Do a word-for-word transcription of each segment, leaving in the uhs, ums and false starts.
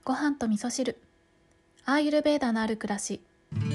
ご飯と味噌汁、アーユルヴェーダのある暮らし。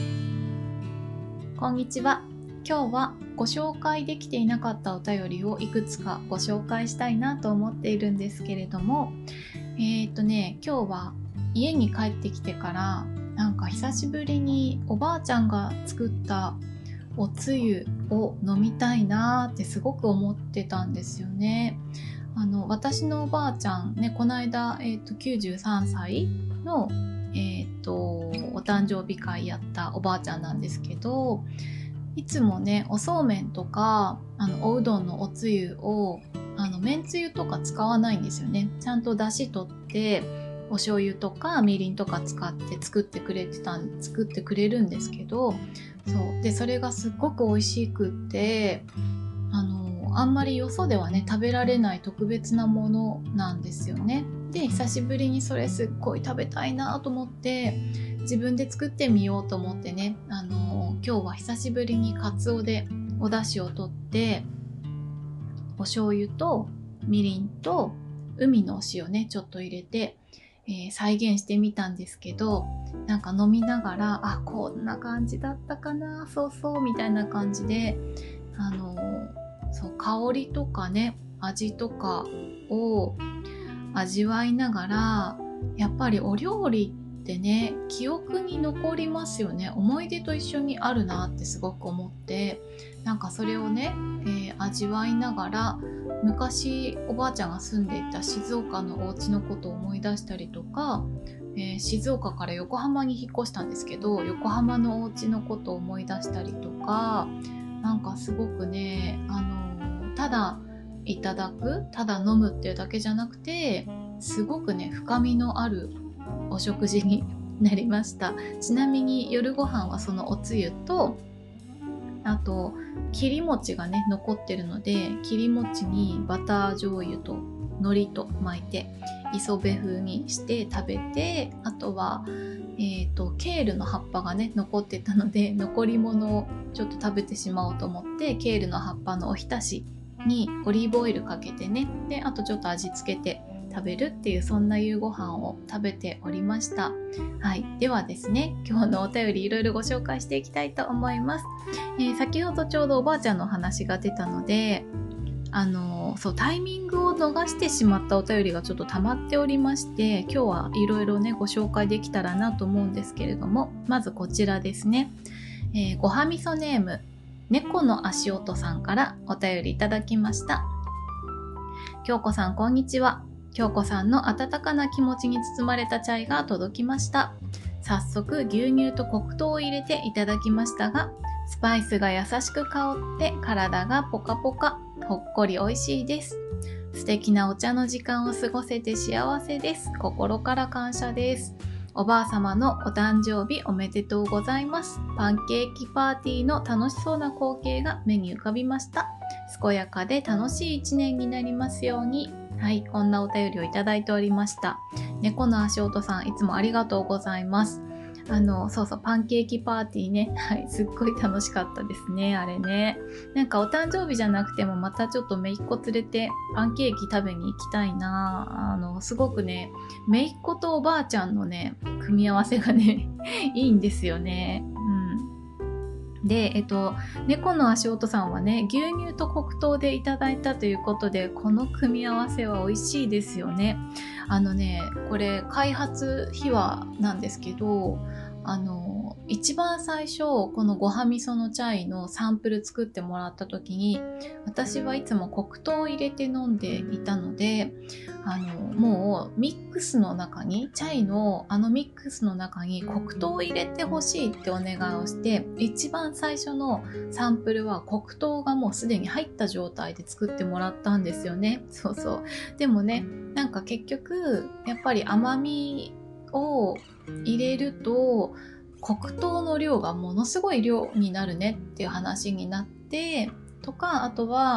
こんにちは。今日はご紹介できていなかったお便りをいくつかご紹介したいなと思っているんですけれども、えーっとね今日は家に帰ってきてからなんか久しぶりにおばあちゃんが作ったおつゆを飲みたいなってすごく思ってたんですよね。あの私のおばあちゃんね、この間、えー、ときゅうじゅうさんさいの、えー、とお誕生日会やったおばあちゃんなんですけど、いつもねおそうめんとかあのおうどんのおつゆをあのめんつゆとか使わないんですよね。ちゃんとだし取ってお醤油とかみりんとか使って作ってくれてた作ってくれるんですけど、そうでそれがすっごく美味しくってあのあんまりよそではね食べられない特別なものなんですよね。で久しぶりにそれすっごい食べたいなと思って自分で作ってみようと思ってね、あの今日は久しぶりにかつおでお出汁を取ってお醤油とみりんと海のお塩ねちょっと入れて、えー、再現してみたんですけど、なんか飲みながらあこんな感じだったかな、そうそうみたいな感じであのそう香りとかね味とかを味わいながら、やっぱりお料理ってね記憶に残りますよね。思い出と一緒にあるなってすごく思って、なんかそれをね、えー、味わいながら昔おばあちゃんが住んでいた静岡のお家のことを思い出したりとか、えー、静岡から横浜に引っ越したんですけど横浜のお家のことを思い出したりとか、なんかすごくねあのただいただくただ飲むっていうだけじゃなくてすごくね深みのあるお食事になりました。ちなみに夜ご飯はそのおつゆとあと切り餅がね残ってるので切り餅にバター醤油と海苔と巻いて磯辺風にして食べて、あとはえーと、ケールの葉っぱがね残ってたので残り物をちょっと食べてしまおうと思ってケールの葉っぱのおひたしにオリーブオイルかけてね、であとちょっと味付けて食べるっていうそんな夕ご飯を食べておりました。はい、ではですね今日のお便りいろいろご紹介していきたいと思います。えー、先ほどちょうどおばあちゃんの話が出たのであのそうタイミングを逃してしまったお便りがちょっと溜まっておりまして、今日はいろいろねご紹介できたらなと思うんですけれども、まずこちらですね、えー、ごはみそネーム猫の足音さんからお便りいただきました。京子さんこんにちは。京子さんの温かな気持ちに包まれたチャイが届きました。早速牛乳と黒糖を入れていただきましたが、スパイスが優しく香って体がポカポカ、ほっこり美味しいです。素敵なお茶の時間を過ごせて幸せです。心から感謝です。おばあ様のお誕生日おめでとうございます。パンケーキパーティーの楽しそうな光景が目に浮かびました。健やかで楽しい一年になりますように。はい、こんなお便りをいただいておりました。猫の足音さんいつもありがとうございます。あのそうそうパンケーキパーティーね、はい、すっごい楽しかったですね。あれね、なんかお誕生日じゃなくてもまたちょっと姪っ子連れてパンケーキ食べに行きたいな。あのすごくね姪っ子とおばあちゃんのね組み合わせがねいいんですよね。うんで、えっと、猫の足音さんはね牛乳と黒糖でいただいたということで、この組み合わせは美味しいですよね。あのねこれ開発秘話なんですけど、あの一番最初このごはみそのチャイのサンプル作ってもらった時に私はいつも黒糖を入れて飲んでいたので、あのもうミックスの中にチャイのあのミックスの中に黒糖を入れてほしいってお願いをして、一番最初のサンプルは黒糖がもうすでに入った状態で作ってもらったんですよね。そうそうでもねなんか結局やっぱり甘みを入れると黒糖の量がものすごい量になるねっていう話になってとか、あとは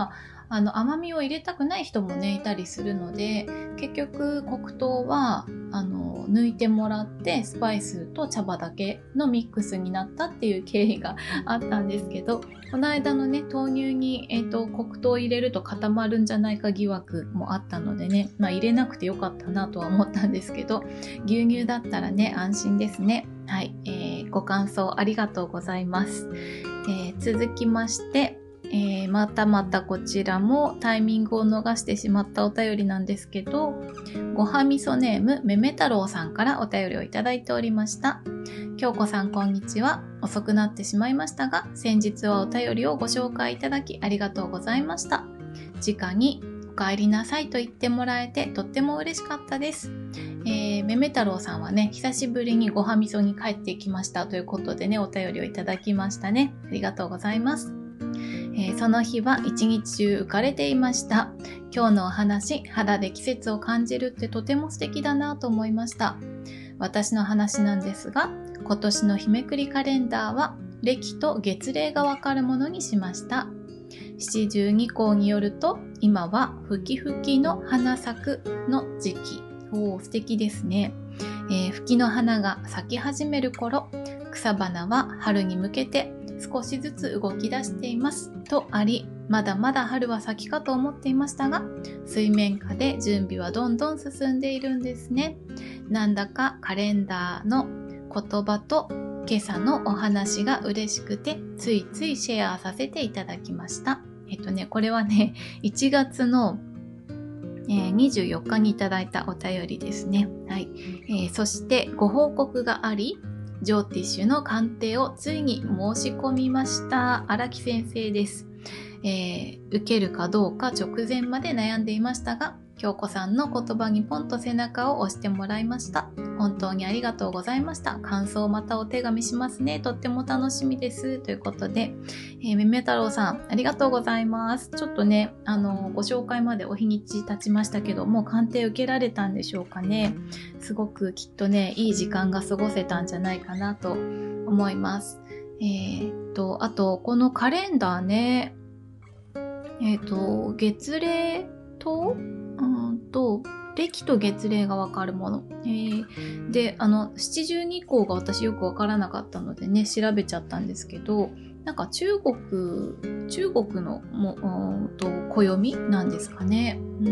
あの甘みを入れたくない人もねいたりするので、結局黒糖はあの抜いてもらってスパイスと茶葉だけのミックスになったっていう経緯があったんですけど、この間のね豆乳に、えーと、黒糖を入れると固まるんじゃないか疑惑もあったのでね、まあ、入れなくてよかったなとは思ったんですけど、牛乳だったらね安心ですね。はい、えー、ご感想ありがとうございます。えー、続きまして、えー、またまたこちらもタイミングを逃してしまったお便りなんですけど、ごはみそネームめめ太郎さんからお便りをいただいておりました。京子さんこんにちは。遅くなってしまいましたが、先日はお便りをご紹介いただきありがとうございました。直にお帰りなさいと言ってもらえてとっても嬉しかったです。えー、めめ太郎さんはね、久しぶりにごはみそに帰ってきましたということでね、お便りをいただきましたね。ありがとうございます。えー、その日は一日中浮かれていました。今日のお話、肌で季節を感じるってとても素敵だなと思いました。私の話なんですが、今年の日めくりカレンダーは暦と月齢がわかるものにしました。七十二候によると、今はふきふきの花咲くの時期。おー、素敵ですね。えー、ふきの花が咲き始める頃、草花は春に向けて少しずつ動き出していますとあり、まだまだ春は先かと思っていましたが、水面下で準備はどんどん進んでいるんですね。なんだかカレンダーの言葉と今朝のお話が嬉しくて、ついついシェアさせていただきました。えっとね、これはね、いちがつのえー、にじゅうよっかにいただいたお便りですね。はい。えー、そしてご報告があり、ジョーティッシュの鑑定をついに申し込みました。荒木先生です。えー、受けるかどうか直前まで悩んでいましたが、京子さんの言葉にポンと背中を押してもらいました。本当にありがとうございました。感想をまたお手紙しますね。とっても楽しみです。ということで、えー、めめ太郎さん、ありがとうございます。ちょっとね、あの、ご紹介までお日にち経ちましたけど、もう鑑定受けられたんでしょうかね。すごくきっとね、いい時間が過ごせたんじゃないかなと思います。えー、っと、あと、このカレンダーね、えー、っと、月齢と、うんと、暦と月齢がわかるもの。えー、で、あの、七十二候が私よくわからなかったのでね、調べちゃったんですけど、なんか中国、中国のも、うんと、暦なんですかね。うん。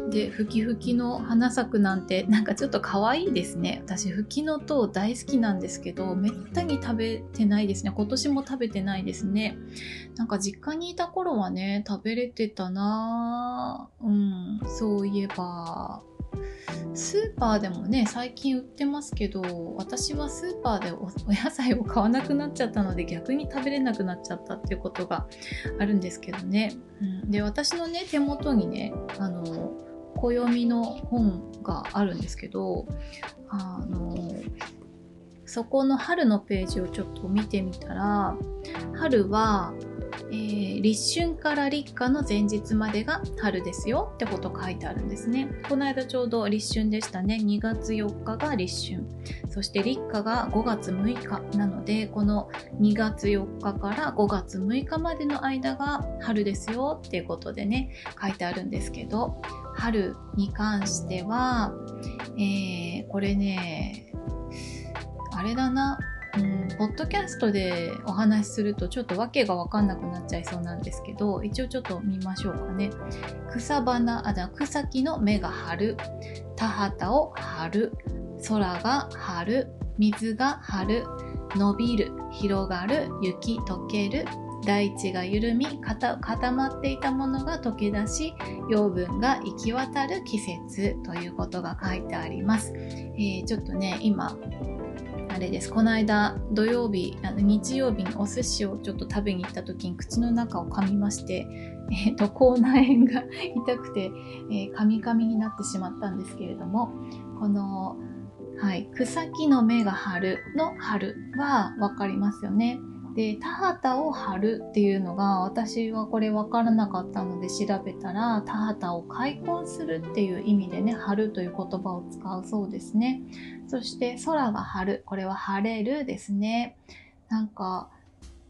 で、ふきふきの花咲くなんて、なんかちょっと可愛いですね。私、ふきのとう大好きなんですけど、めったに食べてないですね。今年も食べてないですね。なんか実家にいた頃はね、食べれてたなぁ。うん、そういえば。スーパーでもね、最近売ってますけど、私はスーパーで お, お野菜を買わなくなっちゃったので、逆に食べれなくなっちゃったっていうことがあるんですけどね。うん、で、私のね、手元にね、あの、暦の本があるんですけど、あの、そこの春のページをちょっと見てみたら、春は、えー、立春から立夏の前日までが春ですよってこと書いてあるんですね。この間ちょうど立春でしたね。にがつよっかが立春、そして立夏がごがつむいかなので、このにがつよっかからごがつむいかまでの間が春ですよっていうことでね、書いてあるんですけど、春に関しては、えー、これね、あれだな、うん、ポッドキャストでお話しするとちょっと訳が分かんなくなっちゃいそうなんですけど、一応ちょっと見ましょうかね。草花、あ、草木の芽が張る、田畑を張る、空が張る、水が張る、伸びる、広がる、雪溶ける、大地が緩み、固まっていたものが溶け出し、養分が行き渡る季節ということが書いてあります。えー、ちょっとね、今あれです。この間土曜日、あの日曜日にお寿司をちょっと食べに行った時に口の中を噛みまして、えーと、口内炎が痛くて、えー、噛み噛みになってしまったんですけれども、この、はい、草木の芽が張るの春はわかりますよね。で、田畑を張るっていうのが、私はこれ分からなかったので調べたら、田畑を開墾するっていう意味でね、張るという言葉を使うそうですね。そして空が張る、これは晴れるですね。なんか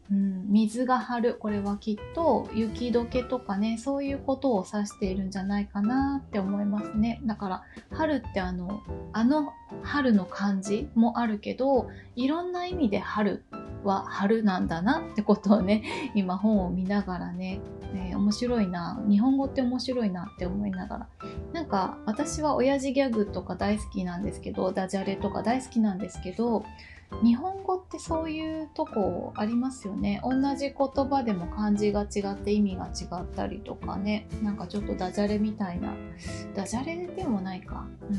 うん、水が張る、これはきっと雪解けとかね、そういうことを指しているんじゃないかなって思いますね。だから春ってあのあの春の漢字もあるけど、いろんな意味で春は春なんだなってことをね、今本を見ながらね、えー面白いな、日本語って面白いなって思いながら、なんか私は親父ギャグとか大好きなんですけど、ダジャレとか大好きなんですけど、日本語ってそういうとこありますよね。同じ言葉でも漢字が違って意味が違ったりとかね、なんかちょっとダジャレみたいな、ダジャレでもないか、うん、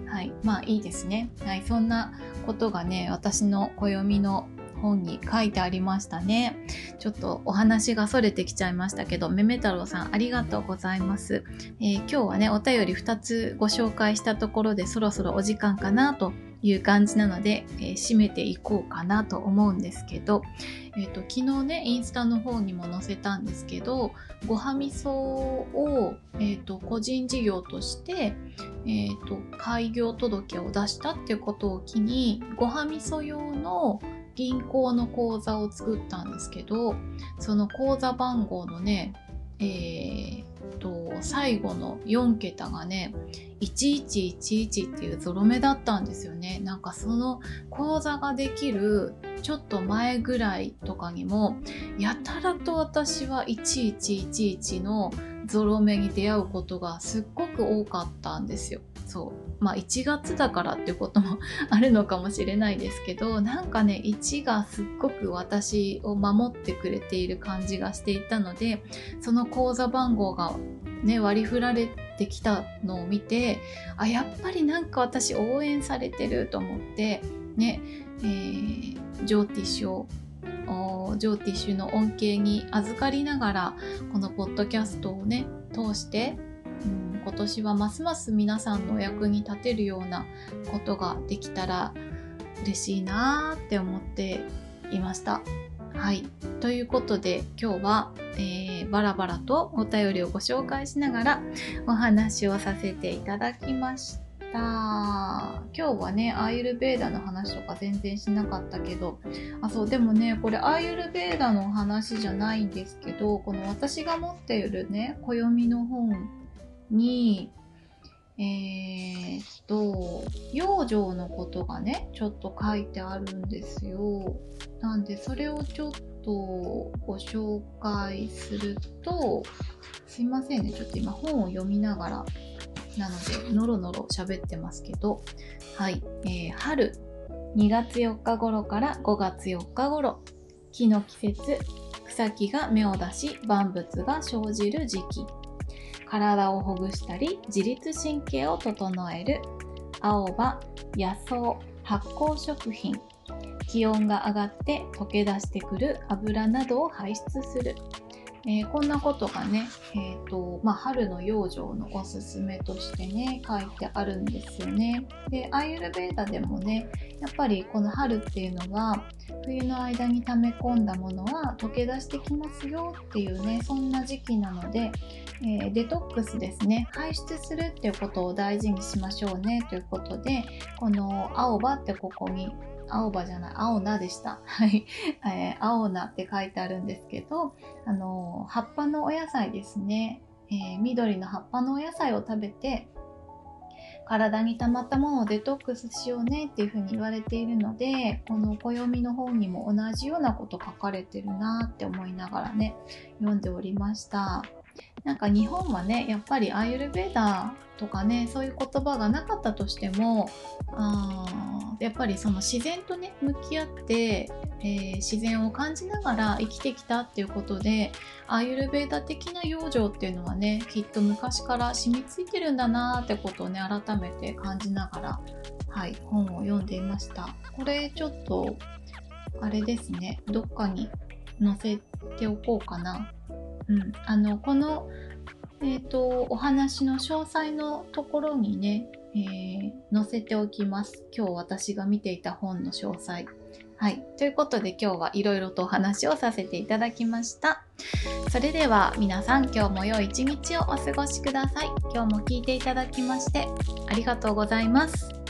はい、まあいいですね。はい、そんなことがね、私の暦の本に書いてありましたね。ちょっとお話がそれてきちゃいましたけど、めめ太郎さんありがとうございます。えー今日はね、お便りふたつご紹介したところでそろそろお時間かなという感じなので、えー締めていこうかなと思うんですけど、えーと、昨日ね、インスタの方にも載せたんですけど、ごはみそを、えーと、個人事業として、えーと、開業届を出したっていうことを機に、ごはみそ用の銀行の口座を作ったんですけど、その口座番号のね、えーと最後のよんけたがねいちいちいちいちっていうゾロ目だったんですよね。なんかその口座ができるちょっと前ぐらいとかにもやたらと私はいちいちいちいちのゾロ目に出会うことがすっごく多かったんですよ。そうまあいちがつだからっていうこともあるのかもしれないですけど、なんかねいちがすっごく私を守ってくれている感じがしていたので、その口座番号がね割り振られてきたのを見て、あやっぱりなんか私応援されてると思ってね、えー、ジョーティッシュをおジョーティッシュの恩恵に預かりながらこのポッドキャストをね通して、うん、今年はますます皆さんのお役に立てるようなことができたら嬉しいなーって思っていました。はい、ということで今日は、えー、バラバラとお便りをご紹介しながらお話をさせていただきました。今日はねアーユルベーダの話とか全然しなかったけど、あそうでもねこれアーユルベーダの話じゃないんですけど、この私が持っているね暦の本にえー、っと養生のことがねちょっと書いてあるんですよ。なんでそれをちょっとご紹介すると、すいませんね、ちょっと今本を読みながらなのでノロノロ喋ってますけど、はい、えー、春にがつよっか頃からごがつよっか頃、木の季節、草木が芽を出し万物が生じる時期、体をほぐしたり自律神経を整える、青葉、野草、発酵食品、気温が上がって溶け出してくる油などを排出する、えー、こんなことがね、えーとまあ、春の養生のおすすめとしてね書いてあるんですよね。でアーユルベーダでもねやっぱりこの春っていうのは冬の間に溜め込んだものは溶け出してきますよっていうね、そんな時期なので、えー、デトックスですね、排出するっていうことを大事にしましょうねということで、この青葉ってここに青葉じゃない青菜でしたはい、えー、青菜って書いてあるんですけど、あの葉っぱのお野菜ですね、えー、緑の葉っぱのお野菜を食べて体に溜まったものをデトックスしようねっていうふうに言われているので、この暦の本にも同じようなこと書かれてるなって思いながらね読んでおりました。なんか日本はねやっぱりアーユルベーダとかねそういう言葉がなかったとしても、あやっぱりその自然とね向き合って、えー、自然を感じながら生きてきたっていうことで、アーユルベーダ的な養生っていうのはねきっと昔から染みついてるんだなってことをね改めて感じながら、はい、本を読んでいました。これちょっとあれですね、どっかに載せておこうかな。うん、あのこの、えーと、お話の詳細のところにね、えー、載せておきます。今日私が見ていた本の詳細。はい、ということで今日はいろいろとお話をさせていただきました。それでは皆さん今日も良い一日をお過ごしください。今日も聞いていただきましてありがとうございます。